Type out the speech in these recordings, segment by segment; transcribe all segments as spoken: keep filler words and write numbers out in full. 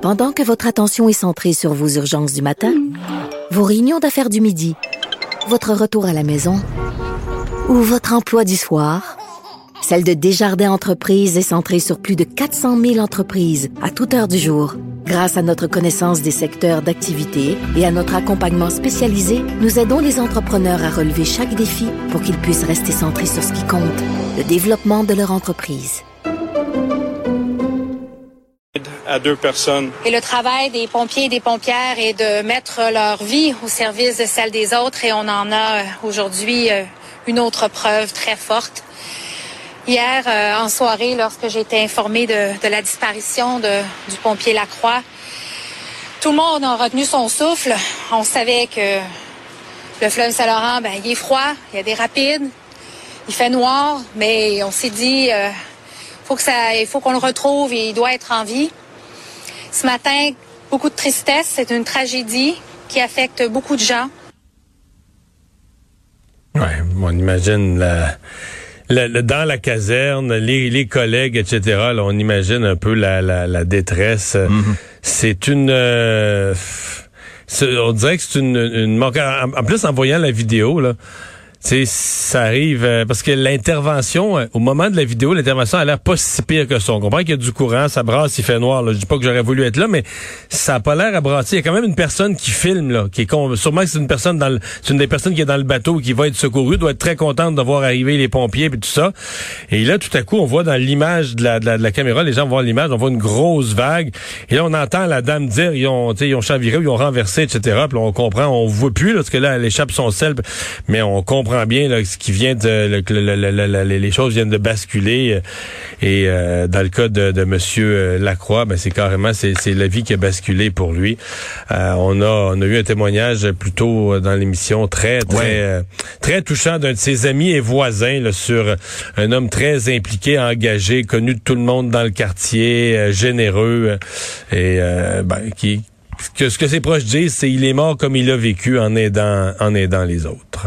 Pendant que votre attention est centrée sur vos urgences du matin, vos réunions d'affaires du midi, votre retour à la maison ou votre emploi du soir, celle de Desjardins Entreprises est centrée sur plus de quatre cent mille entreprises à toute heure du jour. Grâce à notre connaissance des secteurs d'activité et à notre accompagnement spécialisé, nous aidons les entrepreneurs à relever chaque défi pour qu'ils puissent rester centrés sur ce qui compte, le développement de leur entreprise. À deux personnes. Et le travail des pompiers et des pompières est de mettre leur vie au service de celle des autres, et on en a aujourd'hui une autre preuve très forte. Hier, euh, en soirée, lorsque j'ai été informée de, de la disparition de, du pompier Lacroix, tout le monde a retenu son souffle. On savait que le fleuve Saint-Laurent, ben, il est froid, il y a des rapides, il fait noir, mais on s'est dit, euh, faut que ça, il faut qu'on le retrouve et il doit être en vie. Ce matin, beaucoup de tristesse, c'est une tragédie qui affecte beaucoup de gens. Ouais, on imagine la... Le, le, dans la caserne, les, les collègues, et cetera, là, on imagine un peu la, la, la détresse. Mm-hmm. C'est une... Euh, c'est, on dirait que c'est une... une en, en plus, en voyant la vidéo, là, tu sais, ça arrive... Euh, parce que l'intervention, euh, au moment de la vidéo, l'intervention a l'air pas si pire que ça. On comprend qu'il y a du courant, ça brasse, il fait noir. Là. Je dis pas que j'aurais voulu être là, mais ça a pas l'air à brasser. Il y a quand même une personne qui filme, là, qui est con... Sûrement que c'est une personne dans le... c'est une des personnes qui est dans le bateau qui va être secourue, doit être très contente de voir arriver les pompiers et tout ça. Et là, tout à coup, on voit dans l'image de la, de la, de la caméra, les gens voient l'image, on voit une grosse vague. Et là, on entend la dame dire, ils ont, ils ont chaviré, ils ont renversé, et cetera. Puis là, on comprend, on voit plus, là, parce que là, elle échappe son sel, mais on comprend bien là, ce qui vient de le, le, le, le, le, les choses viennent de basculer, et euh, dans le cas de, de Monsieur Lacroix, ben c'est carrément c'est, c'est la vie qui a basculé pour lui. Euh, on a on a eu un témoignage plus tôt dans l'émission très très ouais. euh, très touchant d'un de ses amis et voisins là, sur un homme très impliqué, engagé, connu de tout le monde dans le quartier, euh, généreux, et euh, ben qui que ce que ses proches disent, c'est il est mort comme il a vécu en aidant en aidant les autres.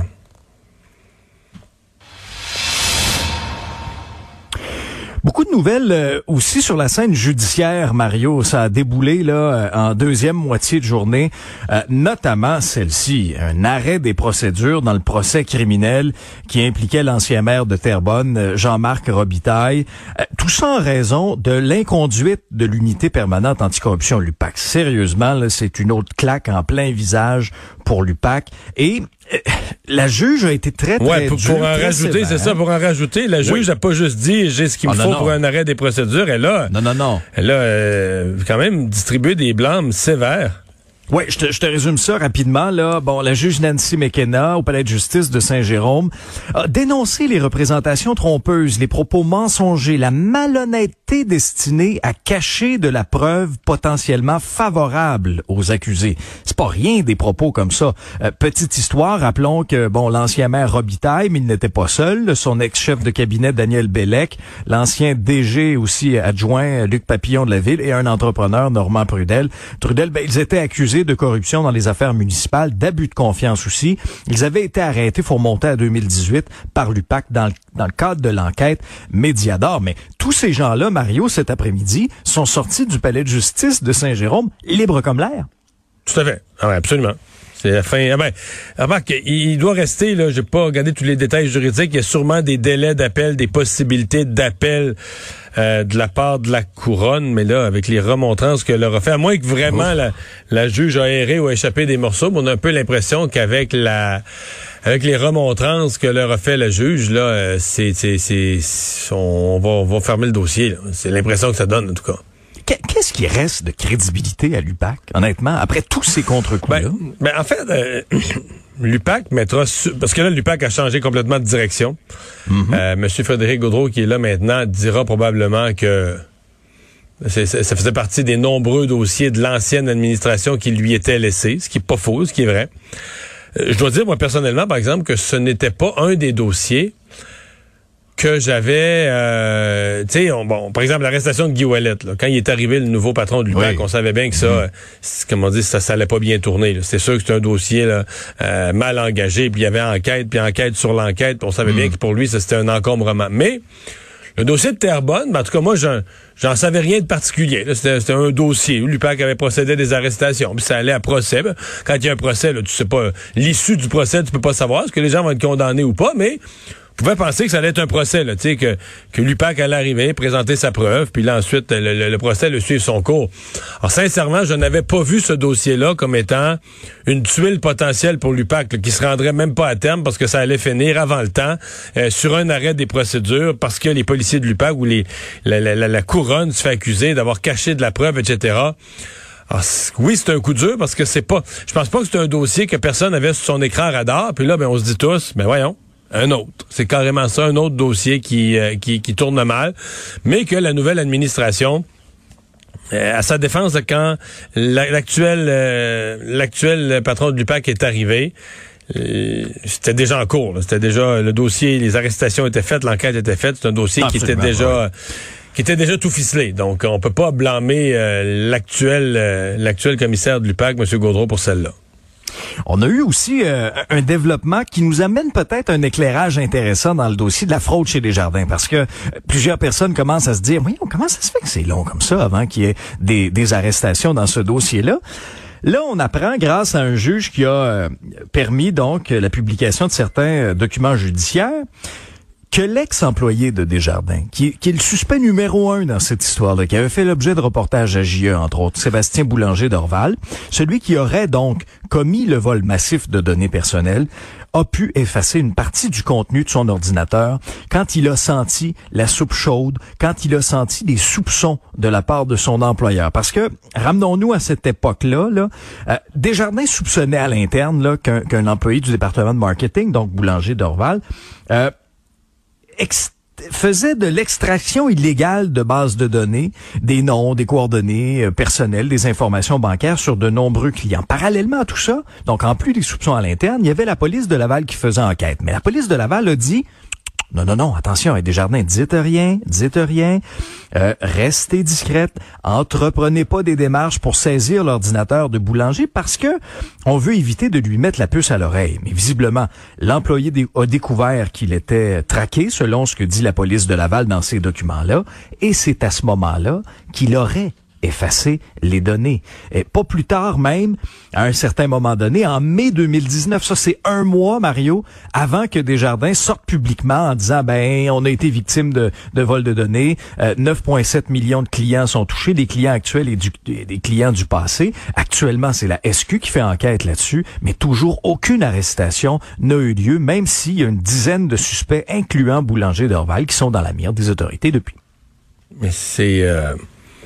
Beaucoup de nouvelles euh, aussi sur la scène judiciaire, Mario. Ça a déboulé là euh, en deuxième moitié de journée, euh, notamment celle-ci, un arrêt des procédures dans le procès criminel qui impliquait l'ancien maire de Terrebonne, Jean-Marc Robitaille. Euh, tout ça en raison de l'inconduite de l'unité permanente anticorruption l'U P A C. Sérieusement, là, c'est une autre claque en plein visage pour l'U P A C. Et euh, la juge a été très, très ouais, pour, dure, pour en très rajouter, sévère. C'est ça, pour en rajouter, la juge n'a oui. pas juste dit j'ai ce qu'il me oh, faut non, pour non. un arrêt des procédures. Elle a, non, non, non. Elle a euh, quand même distribué des blâmes sévères. Oui, je te, je te résume ça rapidement. Là, bon, la juge Nancy McKenna au palais de justice de Saint-Jérôme a dénoncé les représentations trompeuses, les propos mensongers, la malhonnêteté destinée à cacher de la preuve potentiellement favorable aux accusés. C'est pas rien des propos comme ça. Euh, petite histoire, rappelons que bon, l'ancien maire Robitaille, mais il n'était pas seul. Son ex-chef de cabinet Daniel Bellec, l'ancien D G aussi adjoint Luc Papillon de la ville et un entrepreneur Normand Trudel. Trudel, ben ils étaient accusés de corruption dans les affaires municipales, d'abus de confiance aussi. Ils avaient été arrêtés, faut remonter à deux mille dix-huit, par l'U P A C dans le, dans le cadre de l'enquête Médiador. Mais tous ces gens-là, Mario, cet après-midi, sont sortis du palais de justice de Saint-Jérôme, libres comme l'air. Tout à fait. Ah ouais, absolument. C'est la fin. Ah ben, remarque, il doit rester, là, j'ai pas regardé tous les détails juridiques, il y a sûrement des délais d'appel, des possibilités d'appel euh, de la part de la couronne, mais là, avec les remontrances que leur a fait, à moins que vraiment la, la juge a erré ou a échappé des morceaux, on a un peu l'impression qu'avec la avec les remontrances que leur a fait la juge, là, euh, c'est, c'est, c'est, on va, on va fermer le dossier, là. C'est l'impression que ça donne, en tout cas. Qu'est-ce qui reste de crédibilité à l'U P A C, honnêtement, après tous ces contre-coups-là? Ben, ben en fait, euh, l'U P A C mettra... Su- parce que là, l'U P A C a changé complètement de direction. Mm-hmm. Euh, Monsieur Frédéric Gaudreault, qui est là maintenant, dira probablement que c'est, c'est, ça faisait partie des nombreux dossiers de l'ancienne administration qui lui étaient laissés, ce qui est pas faux, ce qui est vrai. Euh, je dois dire, moi, personnellement, par exemple, que ce n'était pas un des dossiers que j'avais, euh, tu sais, bon, par exemple, l'arrestation de Guy Ouellet, là, quand il est arrivé le nouveau patron de l'U P A C, oui. on savait bien que ça, mmh. c'est, comme on dit, ça, ça allait pas bien tourner. Là. C'est sûr que c'était un dossier là, euh, mal engagé, puis il y avait enquête, puis enquête sur l'enquête, puis on savait mmh. bien que pour lui, ça, c'était un encombrement. Mais Le dossier de Terrebonne, ben, en tout cas, moi, j'en, j'en savais rien de particulier. Là, c'était, c'était un dossier où l'U P A C avait procédé à des arrestations, puis ça allait à procès. Ben, quand il y a un procès, là, tu sais pas, l'issue du procès, tu peux pas savoir est-ce que les gens vont être condamnés ou pas, mais on pouvait penser que ça allait être un procès, là, tu sais, que, que l'U P A C allait arriver, présenter sa preuve, puis là, ensuite, le, le, le procès le suivre son cours. Alors, sincèrement, je n'avais pas vu ce dossier-là comme étant une tuile potentielle pour l'U P A C, là, qui se rendrait même pas à terme parce que ça allait finir avant le temps, euh, sur un arrêt des procédures, parce que les policiers de l'U P A C ou les, la, la, la, la couronne se fait accuser d'avoir caché de la preuve, et cetera. Alors, oui, c'est un coup dur parce que c'est pas, je pense pas que c'est un dossier que personne avait sur son écran radar, puis là, ben, on se dit tous, ben voyons. Un autre. C'est carrément ça, un autre dossier qui, euh, qui, qui tourne mal, mais que la nouvelle administration, euh, à sa défense, quand la, l'actuel euh, l'actuel patron de l'U P A C est arrivé, euh, c'était déjà en cours. Là. C'était déjà le dossier, les arrestations étaient faites, l'enquête était faite. C'est un dossier Absolument, qui était déjà ouais. qui était déjà tout ficelé. Donc, on peut pas blâmer euh, l'actuel euh, l'actuel commissaire de l'U P A C, M. Gaudreau, pour celle-là. On a eu aussi euh, un développement qui nous amène peut-être un éclairage intéressant dans le dossier de la fraude chez Desjardins, parce que plusieurs personnes commencent à se dire, voyons, comment ça se fait que c'est long comme ça avant qu'il y ait des, des arrestations dans ce dossier-là? Là, on apprend, grâce à un juge qui a euh, permis donc la publication de certains euh, documents judiciaires, que l'ex-employé de Desjardins, qui, qui est le suspect numéro un dans cette histoire-là, qui avait fait l'objet de reportages à J E, entre autres, Sébastien Boulanger d'Orval, celui qui aurait donc commis le vol massif de données personnelles, a pu effacer une partie du contenu de son ordinateur quand il a senti la soupe chaude, quand il a senti des soupçons de la part de son employeur. Parce que, ramenons-nous à cette époque-là, là, euh, Desjardins soupçonnait à l'interne là, qu'un, qu'un employé du département de marketing, donc Boulanger d'Orval, euh, Ex- faisait de l'extraction illégale de bases de données, des noms, des coordonnées euh, personnelles, des informations bancaires sur de nombreux clients. Parallèlement à tout ça, donc en plus des soupçons à l'interne, il y avait la police de Laval qui faisait enquête. Mais la police de Laval a dit non, non, non, attention, Desjardins, dites rien, dites rien, euh, restez discrète, entreprenez pas des démarches pour saisir l'ordinateur de Boulanger parce que on veut éviter de lui mettre la puce à l'oreille. Mais visiblement, l'employé a découvert qu'il était traqué, selon ce que dit la police de Laval dans ces documents-là, et c'est à ce moment-là qu'il aurait effacer les données. Et pas plus tard même, à un certain moment donné, en mai deux mille dix-neuf, ça c'est un mois, Mario, avant que Desjardins sorte publiquement en disant, ben, on a été victime de, de vol de données, euh, neuf virgule sept millions de clients sont touchés, des clients actuels et du, des clients du passé. Actuellement, c'est la S Q qui fait enquête là-dessus, mais toujours aucune arrestation n'a eu lieu, même s'il y a une dizaine de suspects, incluant Boulanger d'Orval, qui sont dans la mire des autorités depuis. Mais c'est... Euh...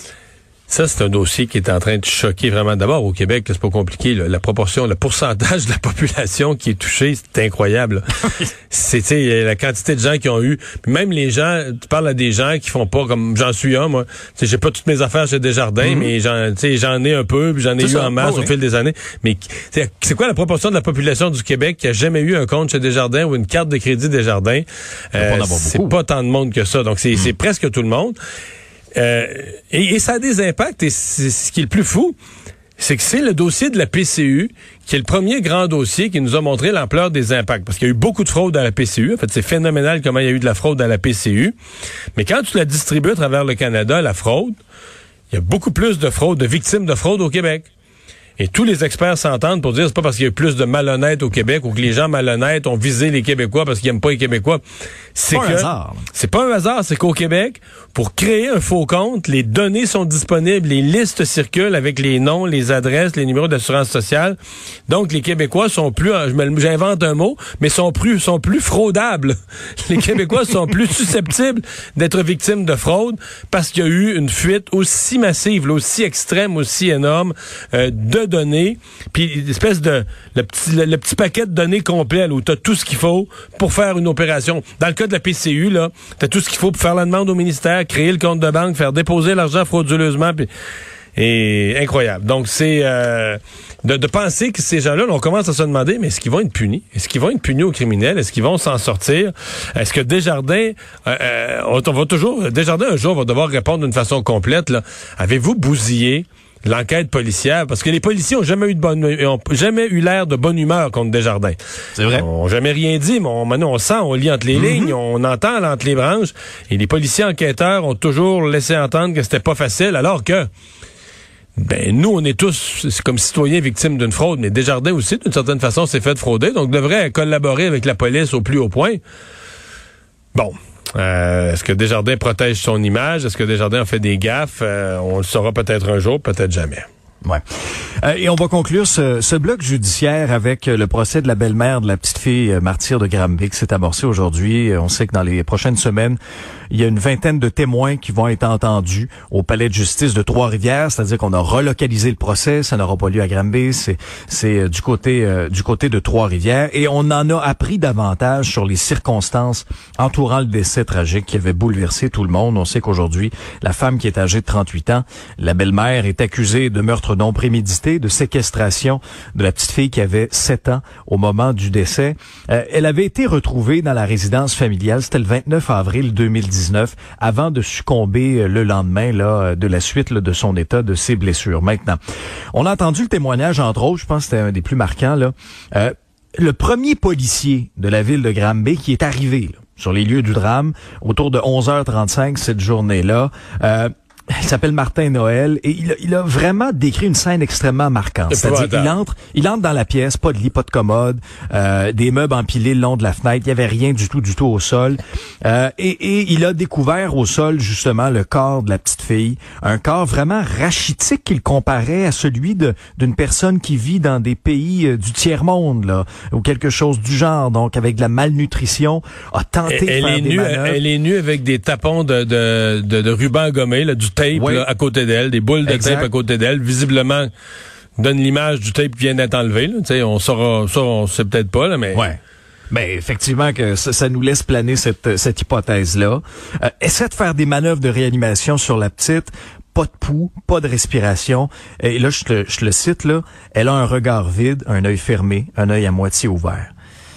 Ça, c'est un dossier qui est en train de choquer vraiment. D'abord, au Québec, là, c'est pas compliqué. Là. La proportion, le pourcentage de la population qui est touchée, c'est incroyable. c'est, tu sais, la quantité de gens qui ont eu. Puis même les gens, tu parles à des gens qui font pas comme j'en suis un, moi. Tu sais, j'ai pas toutes mes affaires chez Desjardins, mm-hmm. mais j'en, tu sais, j'en ai un peu, puis j'en ai c'est eu ça. en masse oh, au oui. fil des années. Mais c'est, c'est quoi la proportion de la population du Québec qui a jamais eu un compte chez Desjardins ou une carte de crédit Desjardins? Euh, pas c'est pas tant de monde que ça. Donc, c'est, mm. c'est presque tout le monde. Euh, et, et ça a des impacts, et c'est, ce qui est le plus fou, c'est que c'est le dossier de la P C U qui est le premier grand dossier qui nous a montré l'ampleur des impacts. Parce qu'il y a eu beaucoup de fraude à la P C U. En fait, c'est phénoménal comment il y a eu de la fraude à la P C U. Mais quand tu la distribues à travers le Canada, la fraude, il y a beaucoup plus de fraude, de victimes de fraude au Québec. Et tous les experts s'entendent pour dire c'est pas parce qu'il y a plus de malhonnêtes au Québec ou que les gens malhonnêtes ont visé les Québécois parce qu'ils aiment pas les Québécois. C'est pas que, un hasard. C'est pas un hasard, c'est qu'au Québec, pour créer un faux compte, les données sont disponibles, les listes circulent avec les noms, les adresses, les numéros d'assurance sociale. Donc les Québécois sont plus, j'invente un mot, mais sont plus sont plus fraudables. Les Québécois sont plus susceptibles d'être victimes de fraude parce qu'il y a eu une fuite aussi massive, là, aussi extrême, aussi énorme euh, de données, puis une espèce de le petit le, le petit paquet de données complet là, où tu as tout ce qu'il faut pour faire une opération. Dans le cas de la P C U là, tu as tout ce qu'il faut pour faire la demande au ministère, créer le compte de banque, faire déposer l'argent frauduleusement, puis et incroyable. Donc c'est euh, de, de penser que ces gens-là, là, on commence à se demander, mais est-ce qu'ils vont être punis? Est-ce qu'ils vont être punis aux criminels? Est-ce qu'ils vont s'en sortir? Est-ce que Desjardins, euh, euh, on va toujours, Desjardins un jour va devoir répondre d'une façon complète, là. Avez-vous bousillé l'enquête policière, parce que les policiers ont jamais eu de bonne, ont jamais eu l'air de bonne humeur contre Desjardins. C'est vrai. Ils ont jamais rien dit, mais on, maintenant on sent, on lit entre les mm-hmm. lignes, on entend entre les branches, et les policiers enquêteurs ont toujours laissé entendre que c'était pas facile, alors que ben nous, on est tous c'est comme citoyens victimes d'une fraude, mais Desjardins aussi, d'une certaine façon, s'est fait frauder, donc devrait collaborer avec la police au plus haut point. Bon. Euh, est-ce que Desjardins protège son image? Est-ce que Desjardins a fait des gaffes? Euh, on le saura peut-être un jour, peut-être jamais. Ouais. Euh, et on va conclure ce, ce bloc judiciaire avec le procès de la belle-mère de la petite fille martyre de Granby qui s'est amorcé aujourd'hui. On sait que dans les prochaines semaines, il y a une vingtaine de témoins qui vont être entendus au palais de justice de Trois-Rivières, c'est-à-dire qu'on a relocalisé le procès, ça n'aura pas lieu à Granby, c'est c'est du côté euh, du côté de Trois-Rivières, et on en a appris davantage sur les circonstances entourant le décès tragique qui avait bouleversé tout le monde. On sait qu'aujourd'hui, la femme qui est âgée de trente-huit ans, la belle-mère, est accusée de meurtre non prémédité, de séquestration de la petite fille qui avait sept ans au moment du décès. Euh, elle avait été retrouvée dans la résidence familiale, c'était le vingt-neuf avril deux mille dix-neuf, avant de succomber le lendemain là de la suite là, de son état, de ses blessures. Maintenant, on a entendu le témoignage, entre autres, je pense que c'était un des plus marquants, là, euh, le premier policier de la ville de Granby qui est arrivé là, sur les lieux du drame autour de onze heures trente-cinq cette journée-là. Euh, Il s'appelle Martin Noël et il a, il a vraiment décrit une scène extrêmement marquante. C'est-à-dire qu'il entre, il entre dans la pièce, pas de lit, pas de commode, euh, des meubles empilés le long de la fenêtre, il y avait rien du tout, du tout au sol. Euh, et, et il a découvert au sol justement le corps de la petite fille, un corps vraiment rachitique qu'il comparait à celui de d'une personne qui vit dans des pays euh, du tiers-monde là, ou quelque chose du genre, donc avec de la malnutrition, a tenté de elle faire est des nue, manœuvres. Elle est nue avec des tapons de de de, de ruban gommé, là, du tape oui. là, à côté d'elle, des boules de exact. tape à côté d'elle, visiblement donne l'image du tape qui vient d'être enlevé. Là. T'sais, on saura, ça on sait peut-être pas, là, mais... Ouais. Ben effectivement que ça, ça nous laisse planer cette, cette hypothèse-là. Euh, essaie de faire des manœuvres de réanimation sur la petite. Pas de pouls, pas de respiration. Et là, je te, je le cite, là, elle a un regard vide, un œil fermé, un œil à moitié ouvert.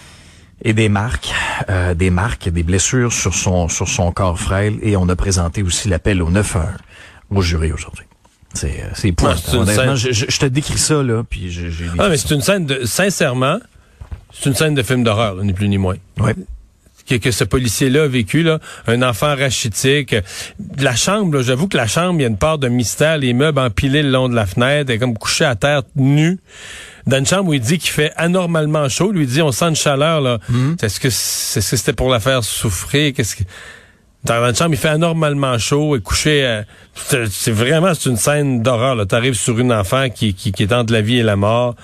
Et des marques, euh, des marques, des blessures sur son sur son corps frêle. Et on a présenté aussi l'appel au neuf un un au jury aujourd'hui. C'est c'est épouvantable. Honnêtement, je, je, je te décris ça là, puis j'ai. j'ai ah mais c'est une scène de, sincèrement, c'est une scène de film d'horreur, là, ni plus ni moins. Oui. Que, que ce policier-là a vécu, là, un enfant rachitique. La chambre, là, j'avoue que la chambre, il y a une part de mystère, les meubles empilés le long de la fenêtre, elle est comme couchée à terre, nue. Dans une chambre où il dit qu'il fait anormalement chaud, lui il dit on sent une chaleur là. Mm-hmm. Est-ce que c'est, est-ce que c'était pour la faire souffrir? Qu'est-ce que dans une chambre il fait anormalement chaud et couché. À... C'est, c'est vraiment c'est une scène d'horreur. Là, t'arrives sur une enfant qui qui, qui est entre la vie et la mort.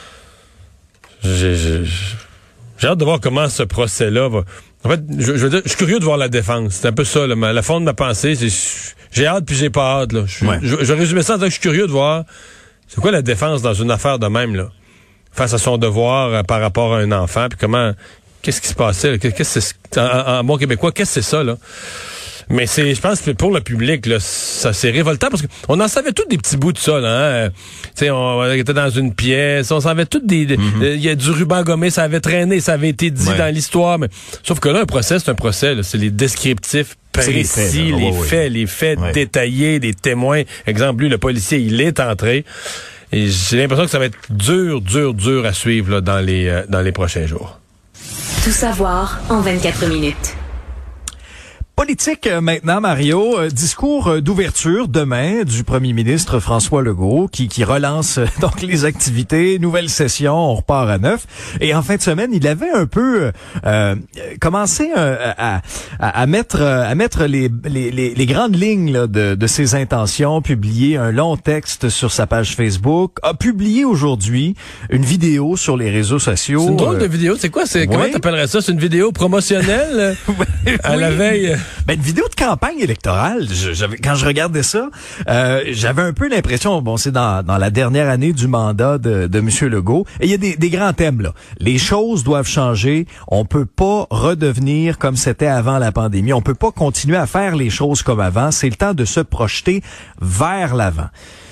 J'ai, j'ai, j'ai hâte de voir comment ce procès-là va. En fait, je, je veux dire, je suis curieux de voir la défense. C'est un peu ça. Là, ma, la fond de ma pensée, c'est j'ai hâte puis j'ai pas hâte. Là. Je, ouais. je, je résumer ça en disant que je suis curieux de voir. C'est quoi la défense dans une affaire de même, là? Face à son devoir euh, par rapport à un enfant, puis comment... Qu'est-ce qui se passait? Là? Qu'est-ce que c'est... En, en bon québécois, qu'est-ce que c'est ça, là? Mais c'est, je pense que pour le public, là, ça c'est révoltant parce qu'on en savait tous des petits bouts de ça, là. Hein? Tu sais, on était dans une pièce, on savait tous des, il mm-hmm. y a du ruban gommé, ça avait traîné, ça avait été dit ouais. dans l'histoire, mais sauf que là, un procès, c'est un procès, là, c'est les descriptifs précis, les faits, les, oh, faits oui. les faits ouais. détaillés, des témoins. Exemple, lui, le policier, il est entré. Et j'ai l'impression que ça va être dur, dur, dur à suivre là, dans les euh, dans les prochains jours. Tout savoir en vingt-quatre minutes. Politique maintenant, Mario. Euh, discours d'ouverture demain du premier ministre François Legault qui, qui relance euh, donc les activités, nouvelle session, on repart à neuf. Et en fin de semaine, il avait un peu euh, commencé euh, à, à, à mettre à mettre les, les, les, les grandes lignes là, de, de ses intentions, publié un long texte sur sa page Facebook, a publié aujourd'hui une vidéo sur les réseaux sociaux. C'est une drôle de vidéo, c'est quoi? C'est, oui. Comment t'appellerais ça? C'est une vidéo promotionnelle à oui. la veille? Ben, une vidéo de campagne électorale. Je, j'avais, quand je regardais ça, euh, j'avais un peu l'impression, bon, c'est dans, dans la dernière année du mandat de, de M. Legault, et il y a des, des grands thèmes, là. Les choses doivent changer. On peut pas redevenir comme c'était avant la pandémie. On peut pas continuer à faire les choses comme avant. C'est le temps de se projeter vers l'avant.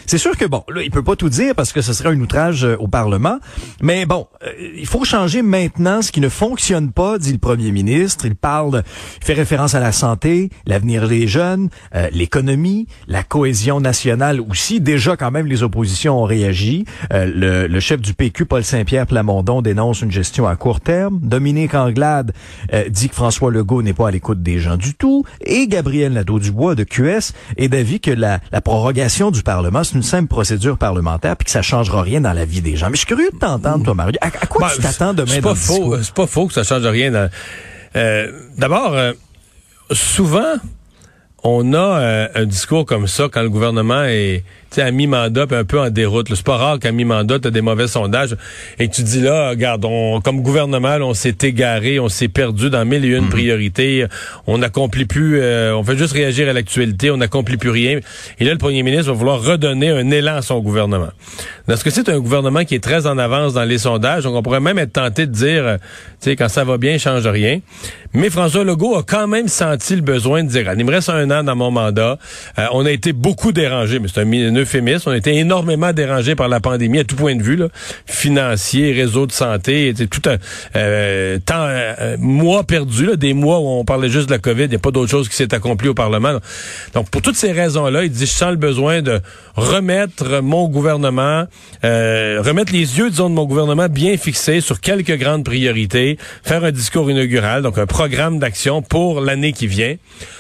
C'est sûr que bon, là, il peut pas tout dire parce que ce serait un outrage euh, au Parlement. Mais bon, euh, il faut changer maintenant ce qui ne fonctionne pas, dit le premier ministre. Il parle, il fait référence à la santé, l'avenir des jeunes, euh, l'économie, la cohésion nationale aussi. Déjà, quand même, les oppositions ont réagi. Euh, le, le chef du P Q, Paul Saint-Pierre Plamondon, dénonce une gestion à court terme. Dominique Anglade euh, dit que François Legault n'est pas à l'écoute des gens du tout. Et Gabriel Nadeau-Dubois de Q S est d'avis que la, la prorogation du Parlement, c'est une simple procédure parlementaire puis que ça changera rien dans la vie des gens. Mais je suis curieux de t'entendre, toi, Mario. À, à quoi ben, tu t'attends demain c'est dans pas le faux, discours? C'est pas faux que ça change rien. Dans... Euh, d'abord, euh, souvent, on a euh, un discours comme ça quand le gouvernement est à mi-mandat puis un peu en déroute. Là. C'est pas rare qu'à mi-mandat, tu as des mauvais sondages et que tu dis là, regarde, on, comme gouvernement, là, on s'est égaré, on s'est perdu dans mille et une mmh. priorités, on n'accomplit plus, euh, on fait juste réagir à l'actualité, on n'accomplit plus rien. Et là, le premier ministre va vouloir redonner un élan à son gouvernement. Dans ce cas-ci, c'est un gouvernement qui est très en avance dans les sondages, donc on pourrait même être tenté de dire, euh, tu sais, quand ça va bien, il change rien. Mais François Legault a quand même senti le besoin de dire, il me reste un an dans mon mandat, euh, on a été beaucoup dérangés, mais c'est un euphémisme. On a été énormément dérangés par la pandémie à tout point de vue, là, financier, réseau de santé, tout un euh, temps, euh, mois perdu, là, des mois où on parlait juste de la COVID, il n'y a pas d'autre chose qui s'est accompli au Parlement. Là. Donc, pour toutes ces raisons-là, il dit, je sens le besoin de remettre mon gouvernement, euh, remettre les yeux, disons, de mon gouvernement bien fixés sur quelques grandes priorités, faire un discours inaugural, donc un programme d'action pour l'année qui vient.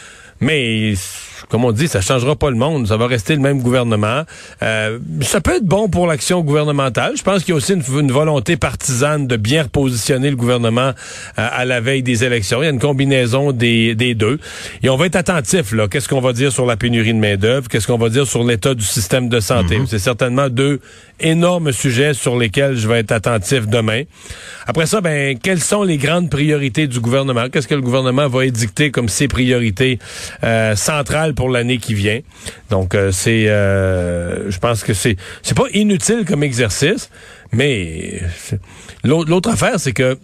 Mais, comme on dit, ça changera pas le monde. Ça va rester le même gouvernement. Euh, ça peut être bon pour l'action gouvernementale. Je pense qu'il y a aussi une, une volonté partisane de bien repositionner le gouvernement euh, à la veille des élections. Il y a une combinaison des, des deux. Et on va être attentif, là. Qu'est-ce qu'on va dire sur la pénurie de main-d'œuvre? Qu'est-ce qu'on va dire sur l'état du système de santé? Mm-hmm. C'est certainement deux énormes sujets sur lesquels je vais être attentif demain. Après ça, ben, quelles sont les grandes priorités du gouvernement? Qu'est-ce que le gouvernement va édicter comme ses priorités euh, centrales pour l'année qui vient? Donc, euh, c'est, euh, je pense que c'est, c'est pas inutile comme exercice, mais l'autre, l'autre affaire, c'est que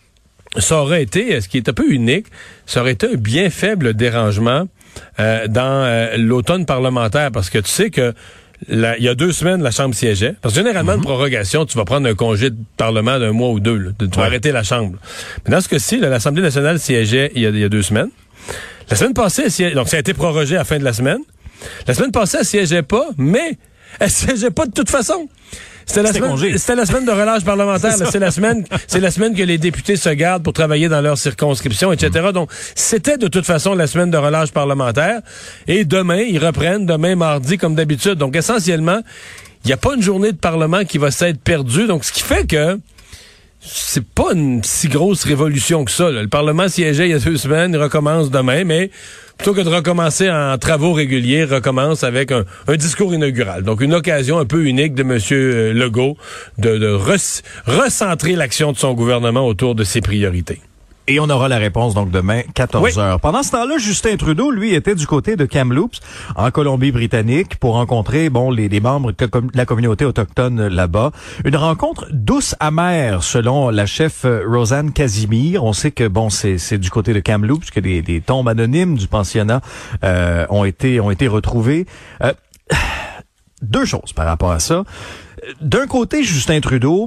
ça aurait été, ce qui est un peu unique, ça aurait été un bien faible dérangement euh, dans euh, l'automne parlementaire, parce que tu sais que La, il y a deux semaines, la Chambre siégeait. Parce que généralement, mm-hmm. une prorogation, tu vas prendre un congé de Parlement d'un mois ou deux. Là. Tu vas ouais. arrêter la Chambre. Mais dans ce cas-ci, là, l'Assemblée nationale siégeait il y, a, il y a deux semaines. La semaine passée, elle siégeait, donc ça a été prorogé à la fin de la semaine. La semaine passée, elle siégeait pas, mais elle siégeait pas de toute façon. C'était la, semaine, c'était la semaine de relâche parlementaire. C'est, c'est la semaine, c'est la semaine que les députés se gardent pour travailler dans leur circonscription, et cetera. Mm. Donc, c'était de toute façon la semaine de relâche parlementaire. Et demain, ils reprennent, demain, mardi, comme d'habitude. Donc, essentiellement, il n'y a pas une journée de Parlement qui va s'être perdue. Donc, ce qui fait que c'est pas une si grosse révolution que ça. Là. Le Parlement siégeait il y a deux semaines, il recommence demain, mais plutôt que de recommencer en travaux réguliers, recommence avec un, un discours inaugural. Donc, une occasion un peu unique de M. Legault de, de re- recentrer l'action de son gouvernement autour de ses priorités. Et on aura la réponse donc demain, quatorze heures. Oui. Pendant ce temps-là, Justin Trudeau, lui, était du côté de Kamloops, en Colombie-Britannique, pour rencontrer bon les, les membres de la communauté autochtone là-bas. Une rencontre douce amère, selon la chef Rosanne Casimir. On sait que bon, c'est, c'est du côté de Kamloops que des, des tombes anonymes du pensionnat euh, ont été ont été retrouvées. Euh, deux choses par rapport à ça. D'un côté, Justin Trudeau.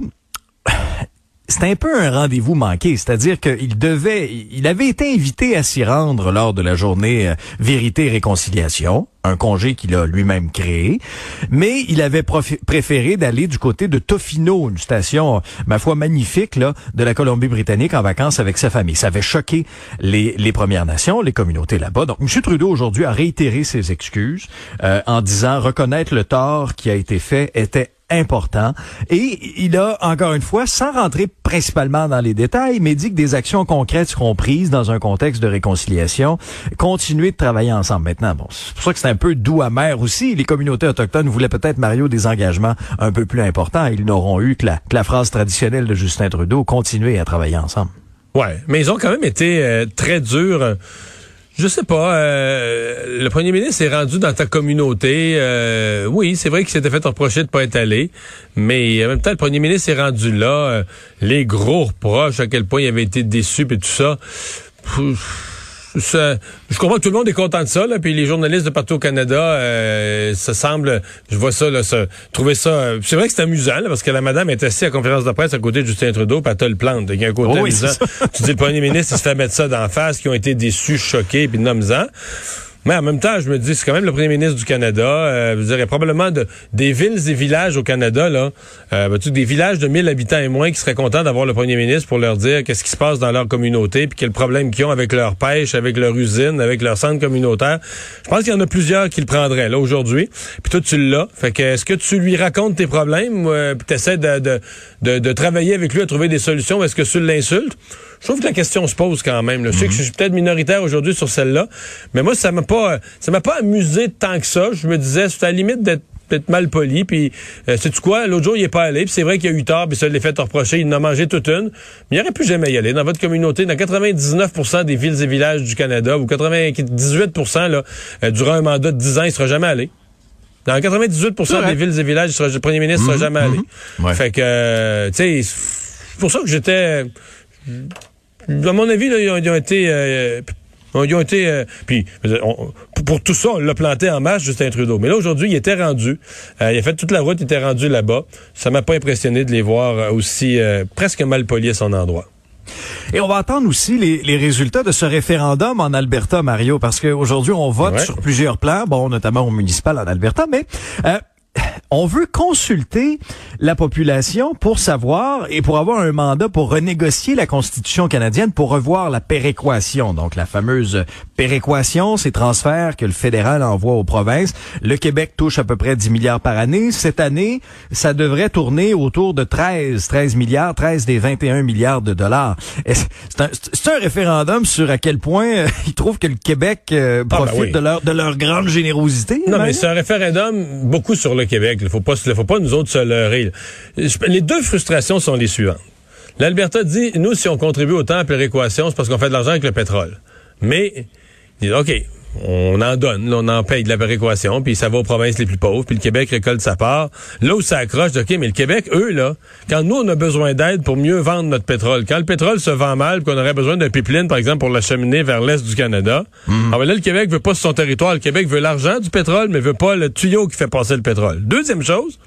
C'est un peu un rendez-vous manqué, c'est-à-dire qu'il devait, il avait été invité à s'y rendre lors de la journée euh, Vérité et Réconciliation, un congé qu'il a lui-même créé, mais il avait profi- préféré d'aller du côté de Tofino, une station, ma foi, magnifique là de la Colombie-Britannique en vacances avec sa famille. Ça avait choqué les, les Premières Nations, les communautés là-bas. Donc, M. Trudeau, aujourd'hui, a réitéré ses excuses euh, en disant reconnaître le tort qui a été fait était important. Et il a, encore une fois, sans rentrer principalement dans les détails, mais dit que des actions concrètes seront prises dans un contexte de réconciliation, continuer de travailler ensemble. Maintenant, bon, c'est pour ça que c'est un peu doux amer aussi. Les communautés autochtones voulaient peut-être, Mario, des engagements un peu plus importants. Ils n'auront eu que la, que la phrase traditionnelle de Justin Trudeau, continuer à travailler ensemble. Ouais, mais ils ont quand même été euh, très durs. Euh... Je sais pas. Euh, le premier ministre est rendu dans ta communauté. Euh, oui, c'est vrai qu'il s'était fait reprocher de pas être allé, mais en même temps, le premier ministre est rendu là. Euh, les gros reproches, à quel point il avait été déçu et tout ça. Pff, ça, je comprends que tout le monde est content de ça, là, puis les journalistes de partout au Canada, euh, ça semble, je vois ça, là, ça, trouver ça, euh, c'est vrai que c'est amusant, là, parce que la madame est assise à la conférence de presse à côté de Justin Trudeau, puis elle te le plante. Il y a un côté oh, amusant. Oui, tu dis, le premier ministre, il se fait mettre ça d'en face, qui ont été déçus, choqués, puis nommant. Mais en même temps, je me dis, c'est quand même le premier ministre du Canada. Euh, je dirais probablement de, des villes et villages au Canada, là, euh, des villages de mille habitants et moins qui seraient contents d'avoir le premier ministre pour leur dire qu'est-ce qui se passe dans leur communauté, puis quel problème qu'ils ont avec leur pêche, avec leur usine, avec leur centre communautaire. Je pense qu'il y en a plusieurs qui le prendraient, là, aujourd'hui. Puis toi, tu l'as. Fait que, est-ce que tu lui racontes tes problèmes, euh, puis t'essaies de, de, de, de travailler avec lui à trouver des solutions, ou est-ce que tu l'insultes? Je trouve que la question se pose quand même. Là. Je sais que je suis peut-être minoritaire aujourd'hui sur celle-là, mais moi, ça m'a pas ça m'a pas amusé tant que ça. Je me disais, c'est à la limite d'être peut-être mal poli, puis euh, sais-tu quoi, l'autre jour, il est pas allé, puis c'est vrai qu'il a eu tort, puis ça l'est fait reprocher, il en a mangé toute une, mais il aurait pu jamais y aller. Dans votre communauté, dans quatre-vingt-dix-neuf pour cent des villes et villages du Canada, ou quatre-vingt-dix-huit pour cent là, euh, durant un mandat de dix ans, il sera jamais allé. Dans quatre-vingt-dix-huit pour cent des villes et villages, il sera, le premier ministre ne sera jamais allé. Mmh. Ouais. Fait que, euh, tu sais, c'est pour ça que j'étais... À mon avis, là, ils, ont, ils ont été... Euh, ils ont été... Euh, puis, on, pour tout ça, on l'a planté en masse, Justin Trudeau. Mais là, aujourd'hui, il était rendu. Euh, il a fait toute la route, il était rendu là-bas. Ça m'a pas impressionné de les voir aussi euh, presque mal polis à son endroit. Et on va attendre aussi les, les résultats de ce référendum en Alberta, Mario, parce qu'aujourd'hui, on vote ouais. sur plusieurs plans, bon, notamment au municipal en Alberta, mais... Euh, on veut consulter la population pour savoir et pour avoir un mandat pour renégocier la Constitution canadienne, pour revoir la péréquation. Donc, la fameuse péréquation, ces transferts que le fédéral envoie aux provinces. Le Québec touche à peu près dix milliards par année. Cette année, ça devrait tourner autour de treize, treize milliards, treize des vingt et un milliards de dollars. C'est un, c'est un référendum sur à quel point euh, ils trouvent que le Québec euh, profite ah ben oui. de leur de leur grande générosité. Non, même. mais c'est un référendum beaucoup sur le Québec. Il faut pas, faut pas nous autres se leurrer. Les deux frustrations sont les suivantes. L'Alberta dit, nous, si on contribue autant à la péréquation, c'est parce qu'on fait de l'argent avec le pétrole. Mais, il dit, OK, on en donne, là, on en paye de la péréquation, puis ça va aux provinces les plus pauvres, puis le Québec récolte sa part. Là où ça accroche, OK, mais le Québec, eux, là, quand nous, on a besoin d'aide pour mieux vendre notre pétrole, quand le pétrole se vend mal, qu'on aurait besoin d'un pipeline, par exemple, pour l'acheminer vers l'est du Canada, mmh. ah ben là, le Québec veut pas sur son territoire. Le Québec veut l'argent du pétrole, mais veut pas le tuyau qui fait passer le pétrole. Deuxième chose,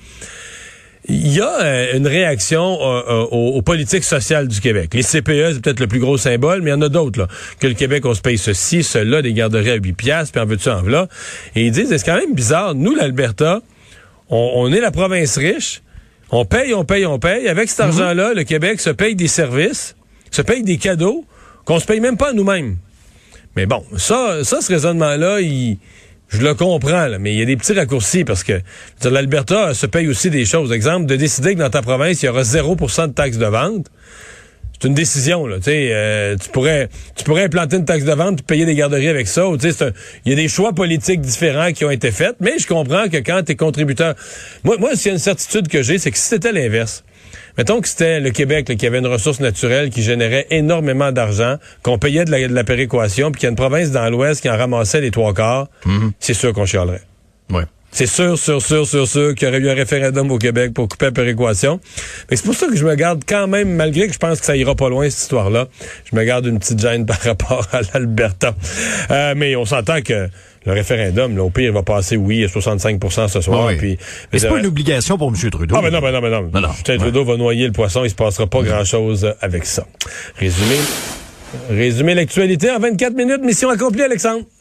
il y a euh, une réaction euh, euh, aux, aux politiques sociales du Québec. Les C P E, c'est peut-être le plus gros symbole, mais il y en a d'autres, là. Que le Québec, on se paye ceci, cela, des garderies à huit piastres, puis en veux-tu en voilà. Et ils disent, c'est quand même bizarre, nous, l'Alberta, on, on est la province riche, on paye, on paye, on paye. Avec cet argent-là, le Québec se paye des services, se paye des cadeaux, qu'on se paye même pas à nous-mêmes. Mais bon, ça, ça, ce raisonnement-là, il... Je le comprends, là, mais il y a des petits raccourcis parce que l'Alberta se paye aussi des choses. Exemple, de décider que dans ta province, il y aura zéro pour cent de taxes de vente. C'est une décision, là. Tu sais, euh, tu pourrais, tu pourrais implanter une taxe de vente et payer des garderies avec ça. Tu sais, il y a des choix politiques différents qui ont été faits, mais je comprends que quand t'es contributeur, moi, moi, s'il y a une certitude que j'ai, c'est que si c'était l'inverse. Mettons que c'était le Québec là, qui avait une ressource naturelle qui générait énormément d'argent, qu'on payait de la, de la péréquation, puis qu'il y a une province dans l'Ouest qui en ramassait les trois quarts, mm-hmm. c'est sûr qu'on chialerait. Ouais. C'est sûr, sûr, sûr, sûr, sûr qu'il y aurait eu un référendum au Québec pour couper la péréquation. Mais c'est pour ça que je me garde quand même, malgré que je pense que ça ira pas loin, cette histoire-là, je me garde une petite gêne par rapport à l'Alberta. Euh, mais on s'entend que le référendum, là, au pire, il va passer oui à soixante-cinq pour cent ce soir. Oui. Puis, mais c'est pas une obligation pour M. Trudeau. Ah ben non, ben non, ben non. non, non. Justin ouais. Trudeau va noyer le poisson, il se passera pas ouais. grand-chose avec ça. Résumé, résumé l'actualité en vingt-quatre minutes. Mission accomplie, Alexandre.